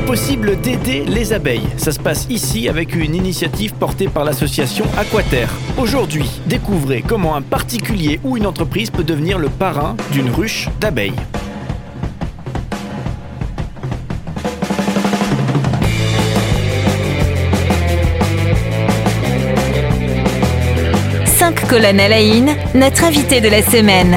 possible d'aider les abeilles. Ça se passe ici avec une initiative portée par l'association Aquaterre. Aujourd'hui, découvrez comment un particulier ou une entreprise peut devenir le parrain d'une ruche d'abeilles. Colonne Alain, notre invité de la semaine.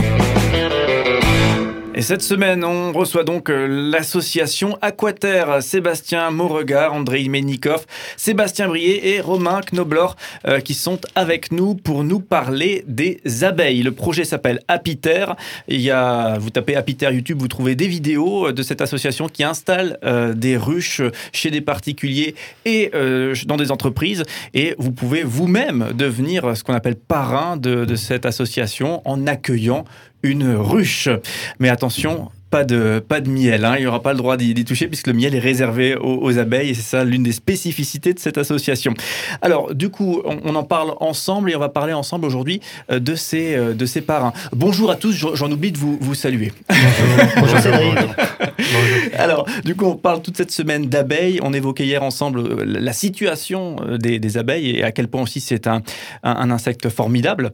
Et cette semaine, on reçoit donc l'association Aquaterre, Sébastien Mauregard, André Menikov, Sébastien Brier et Romain Knoblauch qui sont avec nous pour nous parler des abeilles. Le projet s'appelle Apiter. Vous tapez Apiter YouTube, vous trouvez des vidéos de cette association qui installe des ruches chez des particuliers et dans des entreprises. Et vous pouvez vous-même devenir ce qu'on appelle parrain de cette association en accueillant une ruche. Mais attention, pas de miel, il n'y aura pas le droit d'y toucher puisque le miel est réservé aux abeilles et c'est ça l'une des spécificités de cette association. Alors du coup, on en parle ensemble et on va parler ensemble aujourd'hui de ces parrains. Bonjour à tous, j'en oublie de vous saluer. Bonjour Cédric. Alors du coup, on parle toute cette semaine d'abeilles. On évoquait hier ensemble la situation des abeilles et à quel point aussi c'est un insecte formidable.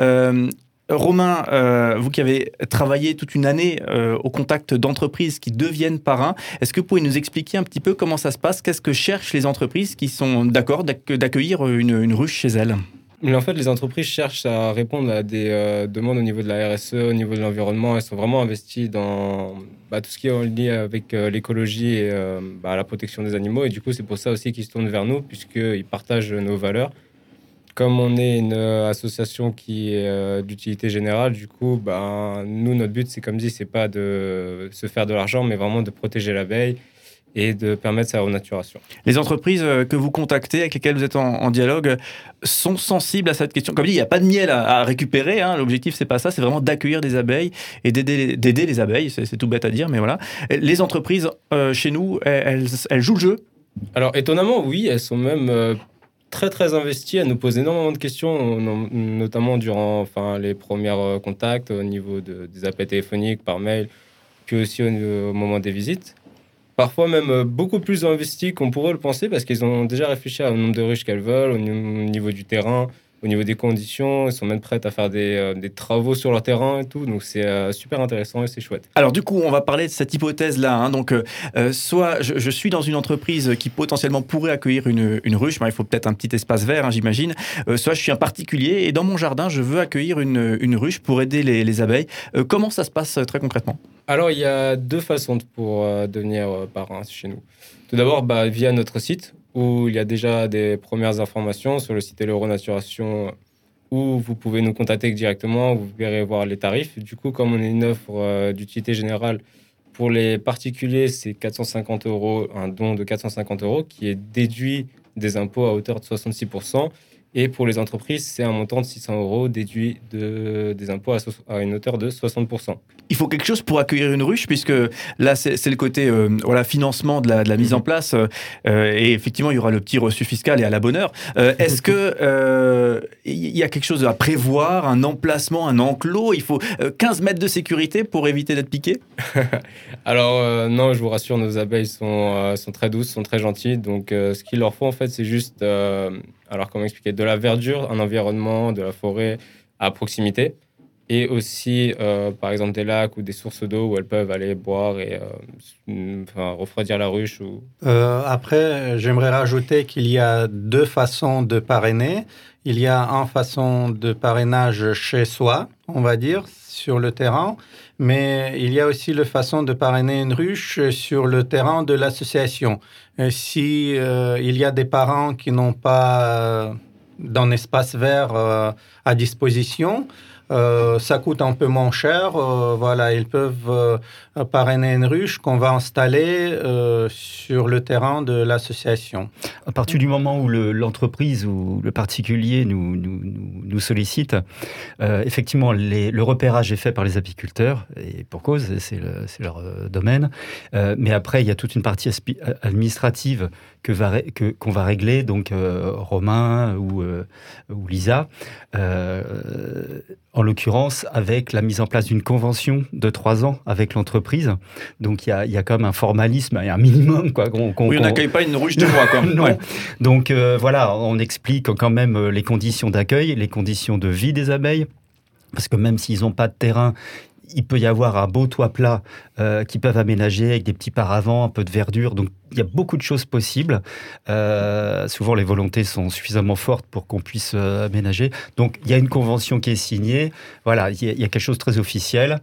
Romain, vous qui avez travaillé toute une année au contact d'entreprises qui deviennent parrains, est-ce que vous pouvez nous expliquer un petit peu comment ça se passe? Qu'est-ce que cherchent les entreprises qui sont d'accord d'accueillir une ruche chez elles? Mais en fait, les entreprises cherchent à répondre à des demandes au niveau de la RSE, au niveau de l'environnement. Elles sont vraiment investies dans tout ce qui est en lien avec l'écologie et la protection des animaux. Et du coup, c'est pour ça aussi qu'ils se tournent vers nous, puisqu'ils partagent nos valeurs. Comme on est une association qui est d'utilité générale, du coup, nous, notre but, c'est comme dit, c'est pas de se faire de l'argent, mais vraiment de protéger l'abeille et de permettre sa renaturation. Les entreprises que vous contactez, avec lesquelles vous êtes en dialogue, sont sensibles à cette question. Comme dit, il n'y a pas de miel à récupérer. L'objectif, c'est pas ça. C'est vraiment d'accueillir des abeilles et d'aider les abeilles. C'est tout bête à dire, mais voilà. Les entreprises, chez nous, elles jouent le jeu. Alors, étonnamment, oui, elles sont même très, très investies. Elles nous posent énormément de questions, notamment durant les premiers contacts au niveau des appels téléphoniques, par mail, puis aussi au moment des visites. Parfois même beaucoup plus investis qu'on pourrait le penser parce qu'ils ont déjà réfléchi au nombre de ruches qu'elles veulent, au niveau du terrain, au niveau des conditions. Ils sont même prêts à faire des travaux sur leur terrain et tout. Donc, c'est super intéressant et c'est chouette. Alors, du coup, on va parler de cette hypothèse-là. Donc, soit je suis dans une entreprise qui potentiellement pourrait accueillir une ruche. Il faut peut-être un petit espace vert, j'imagine. Soit je suis un particulier et dans mon jardin, je veux accueillir une ruche pour aider les abeilles. Comment ça se passe très concrètement ? Alors, il y a deux façons pour devenir parrain chez nous. Tout d'abord, via notre site, où il y a déjà des premières informations sur le site Hello-Renaturation, où vous pouvez nous contacter directement, vous verrez voir les tarifs. Du coup, comme on est une offre d'utilité générale, pour les particuliers, c'est 450 €, un don de 450 € qui est déduit des impôts à hauteur de 66%. Et pour les entreprises, c'est un montant de 600 € déduit des impôts à une hauteur de 60%. Il faut quelque chose pour accueillir une ruche, puisque là, c'est le côté financement de la mise en place. Et effectivement, il y aura le petit reçu fiscal et à la bonne heure. Est-ce qu'il y a quelque chose à prévoir, un emplacement, un enclos? Il faut 15 mètres de sécurité pour éviter d'être piqué? Alors, non, je vous rassure, nos abeilles sont très douces, sont très gentilles. Donc, ce qu'il leur faut, en fait, c'est juste... comment expliquer ? De la verdure, un environnement, de la forêt à proximité. Et aussi, par exemple, des lacs ou des sources d'eau où elles peuvent aller boire et refroidir la ruche. Après, j'aimerais rajouter qu'il y a deux façons de parrainer. Il y a une façon de parrainage chez soi, on va dire, sur le terrain. Mais il y a aussi la façon de parrainer une ruche sur le terrain de l'association. Si il y a des parents qui n'ont pas d'un espace vert à disposition, ça coûte un peu moins cher. Ils peuvent parrainer une ruche qu'on va installer sur le terrain de l'association. À partir du moment où l'entreprise ou le particulier nous sollicite, effectivement, le repérage est fait par les apiculteurs, et pour cause, c'est leur domaine. Mais après, il y a toute une partie administrative qu'on va régler, donc Romain ou Lisa. En l'occurrence, avec la mise en place d'une convention de 3 ans avec l'entreprise. Donc, il y a quand même un formalisme et un minimum. Quoi, oui, on n'accueille pas une ruche de mois. Quoi. Non. Ouais. Donc, voilà, on explique quand même les conditions d'accueil, les conditions de vie des abeilles. Parce que même s'ils n'ont pas de terrain, il peut y avoir un beau toit plat qu'ils peuvent aménager avec des petits paravents, un peu de verdure. Donc, il y a beaucoup de choses possibles. Souvent, les volontés sont suffisamment fortes pour qu'on puisse aménager. Donc, il y a une convention qui est signée. Voilà, il y a quelque chose de très officiel.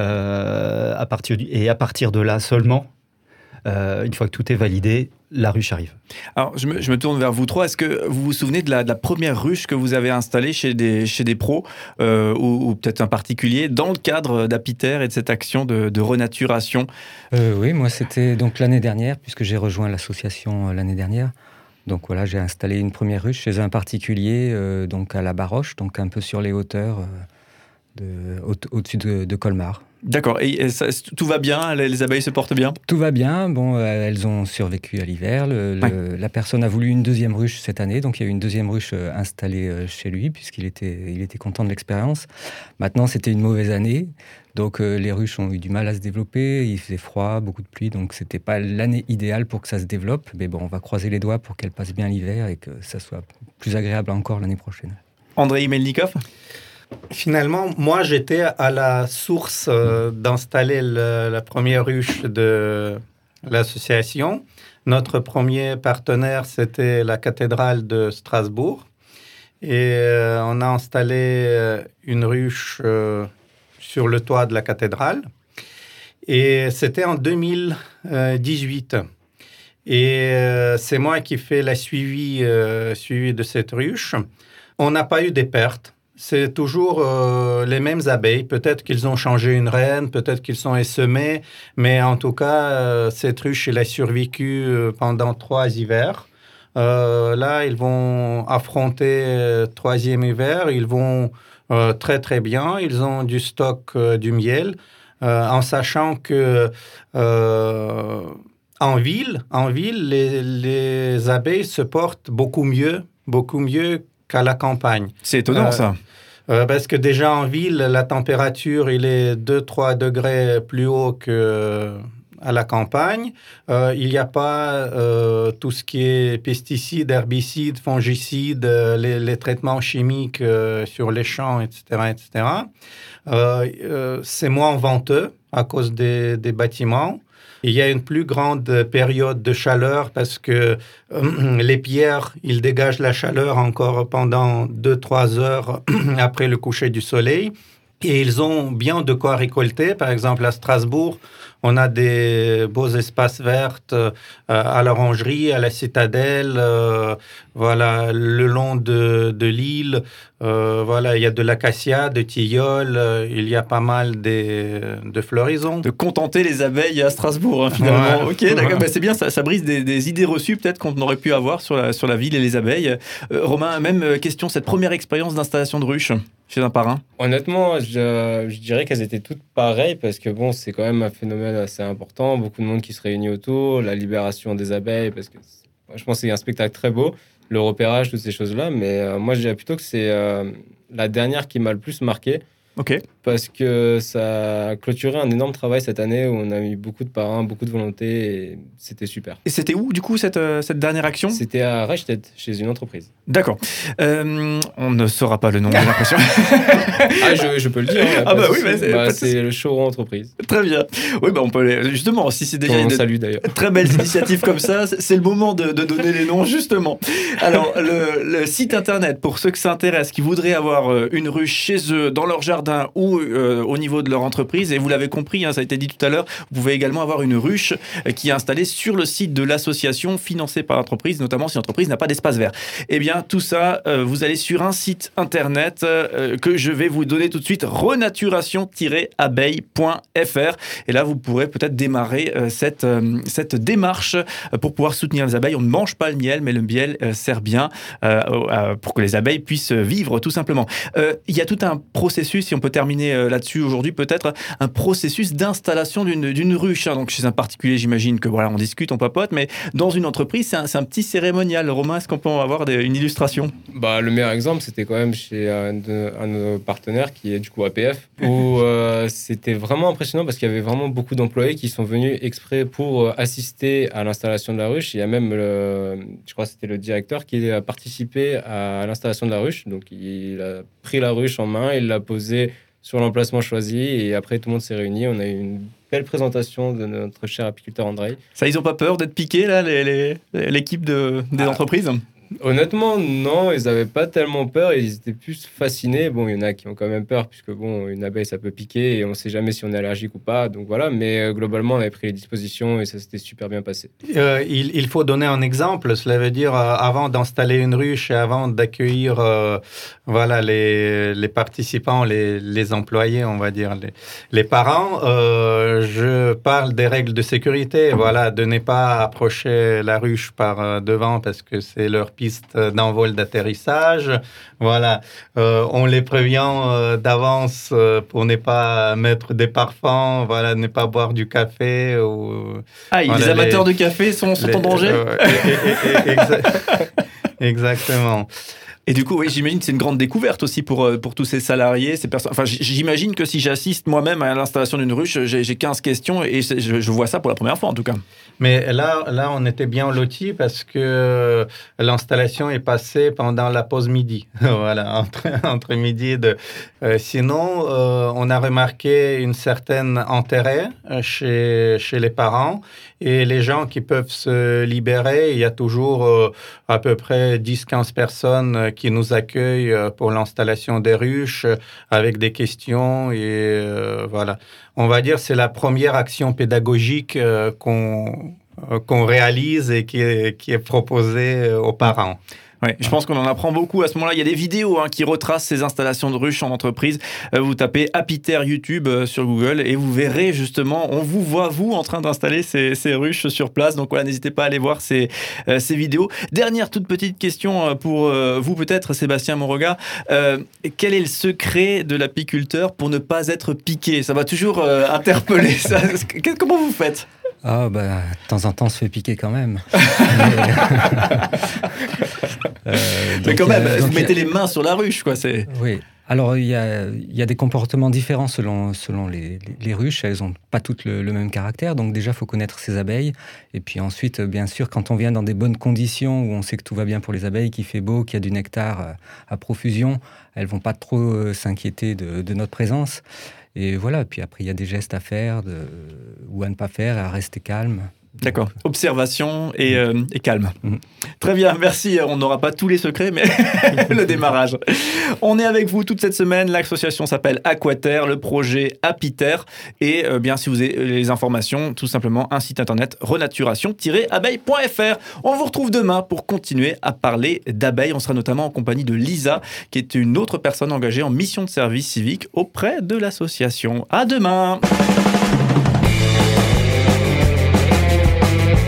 À partir de là seulement, une fois que tout est validé, la ruche arrive. Alors, je me tourne vers vous trois. Est-ce que vous vous souvenez de la première ruche que vous avez installée chez des pros ou peut-être un particulier dans le cadre d'Apiter et de cette action de renaturation? Oui, moi c'était donc l'année dernière, puisque j'ai rejoint l'association l'année dernière. Donc voilà, j'ai installé une première ruche chez un particulier, donc à la Baroche, donc un peu sur les hauteurs au-dessus de Colmar. D'accord. Et tout va bien? Les abeilles se portent bien? Tout va bien. Bon, elles ont survécu à l'hiver. La personne a voulu une deuxième ruche cette année. Donc, il y a eu une deuxième ruche installée chez lui, puisqu'il était content de l'expérience. Maintenant, c'était une mauvaise année. Donc, les ruches ont eu du mal à se développer. Il faisait froid, beaucoup de pluie. Donc, c'était pas l'année idéale pour que ça se développe. Mais bon, on va croiser les doigts pour qu'elle passe bien l'hiver et que ça soit plus agréable encore l'année prochaine. Andrei Melnikov? Finalement, moi, j'étais à la source d'installer la première ruche de l'association. Notre premier partenaire, c'était la cathédrale de Strasbourg. Et on a installé une ruche sur le toit de la cathédrale. Et c'était en 2018. Et c'est moi qui fais le suivi de cette ruche. On n'a pas eu de pertes. C'est toujours les mêmes abeilles. Peut-être qu'ils ont changé une reine, peut-être qu'ils sont essemés, mais en tout cas, cette ruche, elle a survécu pendant 3 hivers. Là, ils vont affronter le 3e hiver. Ils vont très, très bien. Ils ont du stock du miel, en sachant que en ville, les abeilles se portent beaucoup mieux qu'à la campagne. C'est étonnant, ça. Parce que déjà en ville, la température, il est 2-3 degrés plus haut qu'à la campagne. Il n'y a pas tout ce qui est pesticides, herbicides, fongicides, les traitements chimiques sur les champs, etc. C'est moins venteux à cause des bâtiments. Il y a une plus grande période de chaleur parce que les pierres, ils dégagent la chaleur encore pendant 2-3 heures après le coucher du soleil. Et ils ont bien de quoi récolter. Par exemple, à Strasbourg, on a des beaux espaces verts à l'orangerie, à la citadelle, voilà, le long de l'île. Voilà, il y a de l'acacia, de tilleul, il y a pas mal de floraisons. De contenter les abeilles à Strasbourg, hein, finalement. Ouais. Ok, d'accord, bah, c'est bien, ça brise des idées reçues peut-être qu'on aurait pu avoir sur la ville et les abeilles. Romain, même question, cette première expérience d'installation de ruche chez un parrain? Honnêtement, je dirais qu'elles étaient toutes pareilles parce que bon, c'est quand même un phénomène assez important. Beaucoup de monde qui se réunit autour, la libération des abeilles, parce que je pense que c'est un spectacle très beau, le repérage, toutes ces choses-là. Mais moi, je dirais plutôt que c'est la dernière qui m'a le plus marqué. Ok. Parce que ça a clôturé un énorme travail cette année où on a mis beaucoup de parrains, beaucoup de volonté et c'était super. Et c'était où, du coup, cette dernière action? C'était à Reichstett, chez une entreprise. D'accord. On ne saura pas le nom, j'ai l'impression. Ah, je peux le dire. Hein, ah bah oui, mais c'est le showroom entreprise. Très bien. Oui, bah on peut justement, si c'est déjà une salue d'ailleurs. Très belles initiatives comme ça, c'est le moment de donner les noms, justement. Alors, le site internet, pour ceux qui s'intéressent, qui voudraient avoir une ruche chez eux, dans leur jardin ou au niveau de leur entreprise, et vous l'avez compris, hein, ça a été dit tout à l'heure, vous pouvez également avoir une ruche qui est installée sur le site de l'association financée par l'entreprise, notamment si l'entreprise n'a pas d'espace vert. Eh bien, tout ça, vous allez sur un site internet que je vais vous donner tout de suite, renaturation-abeille.fr, et là, vous pourrez peut-être démarrer cette démarche pour pouvoir soutenir les abeilles. On ne mange pas le miel, mais le miel sert bien pour que les abeilles puissent vivre, tout simplement. Il y a tout un processus, si on peut terminer là-dessus aujourd'hui, peut-être un processus d'installation d'une ruche. Hein. Donc chez un particulier, j'imagine que voilà, on discute, on papote, mais dans une entreprise, c'est un petit cérémonial. Romain, est-ce qu'on peut avoir une illustration? Le meilleur exemple, c'était quand même chez un de nos partenaires qui est du coup APF, où c'était vraiment impressionnant parce qu'il y avait vraiment beaucoup d'employés qui sont venus exprès pour assister à l'installation de la ruche. Il y a même, je crois que c'était le directeur qui a participé à l'installation de la ruche. Donc il a pris la ruche en main, il l'a posée sur l'emplacement choisi et après tout le monde s'est réuni. On a eu une belle présentation de notre cher apiculteur Andrei. Ça, ils n'ont pas peur d'être piqués, là, l'équipe des entreprises? Honnêtement, non, ils n'avaient pas tellement peur, ils étaient plus fascinés. Bon, il y en a qui ont quand même peur, puisque bon, une abeille, ça peut piquer et on ne sait jamais si on est allergique ou pas. Donc voilà, mais globalement, on avait pris les dispositions et ça s'était super bien passé. Il faut donner un exemple. Cela veut dire, avant d'installer une ruche et avant d'accueillir les participants, les employés, on va dire, les parents, je parle des règles de sécurité. Voilà, de ne pas approcher la ruche par devant parce que c'est leur piste d'envol d'atterrissage. Voilà, on les prévient d'avance pour ne pas mettre des parfums, voilà, ne pas boire du café. Les amateurs de café sont en danger. Exactement. Et du coup, oui, j'imagine que c'est une grande découverte aussi pour tous ces salariés, ces personnes. Enfin, j'imagine que si j'assiste moi-même à l'installation d'une ruche, j'ai 15 questions et je vois ça pour la première fois en tout cas. Mais là, on était bien lotis parce que l'installation est passée pendant la pause midi. Voilà, entre midi et deux. Sinon, on a remarqué une certaine intérêt chez les parents et les gens qui peuvent se libérer. Il y a toujours à peu près 10-15 personnes qui nous accueillent pour l'installation des ruches avec des questions et voilà. On va dire c'est la première action pédagogique qu'on réalise et qui est proposée aux parents. Ouais, je pense qu'on en apprend beaucoup à ce moment-là. Il y a des vidéos qui retracent ces installations de ruches en entreprise. Vous tapez Apiter YouTube sur Google et vous verrez justement, on vous voit vous en train d'installer ces ruches sur place. Donc voilà, n'hésitez pas à aller voir ces vidéos. Dernière toute petite question pour vous peut-être, Sébastien Monregard. Quel est le secret de l'apiculteur pour ne pas être piqué? Ça va toujours interpeller. Comment vous faites? De temps en temps, on se fait piquer quand même. Mais quand même, vous mettez les mains sur la ruche, quoi. Oui. Alors, il y a des comportements différents selon les ruches. Elles n'ont pas toutes le même caractère. Donc déjà, il faut connaître ces abeilles. Et puis ensuite, bien sûr, quand on vient dans des bonnes conditions, où on sait que tout va bien pour les abeilles, qu'il fait beau, qu'il y a du nectar à profusion, elles ne vont pas trop s'inquiéter de notre présence. Et voilà, puis après, il y a des gestes à faire ou à ne pas faire, à rester calme. D'accord. Observation et calme. Très bien, merci. On n'aura pas tous les secrets, mais le démarrage. On est avec vous toute cette semaine. L'association s'appelle Aquater, le projet Apiter. Et bien, si vous avez les informations, tout simplement un site internet renaturation-abeille.fr. On vous retrouve demain pour continuer à parler d'abeilles. On sera notamment en compagnie de Lisa, qui est une autre personne engagée en mission de service civique auprès de l'association. À demain!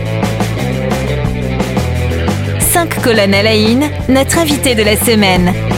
Colonne à la Une, notre invité de la semaine.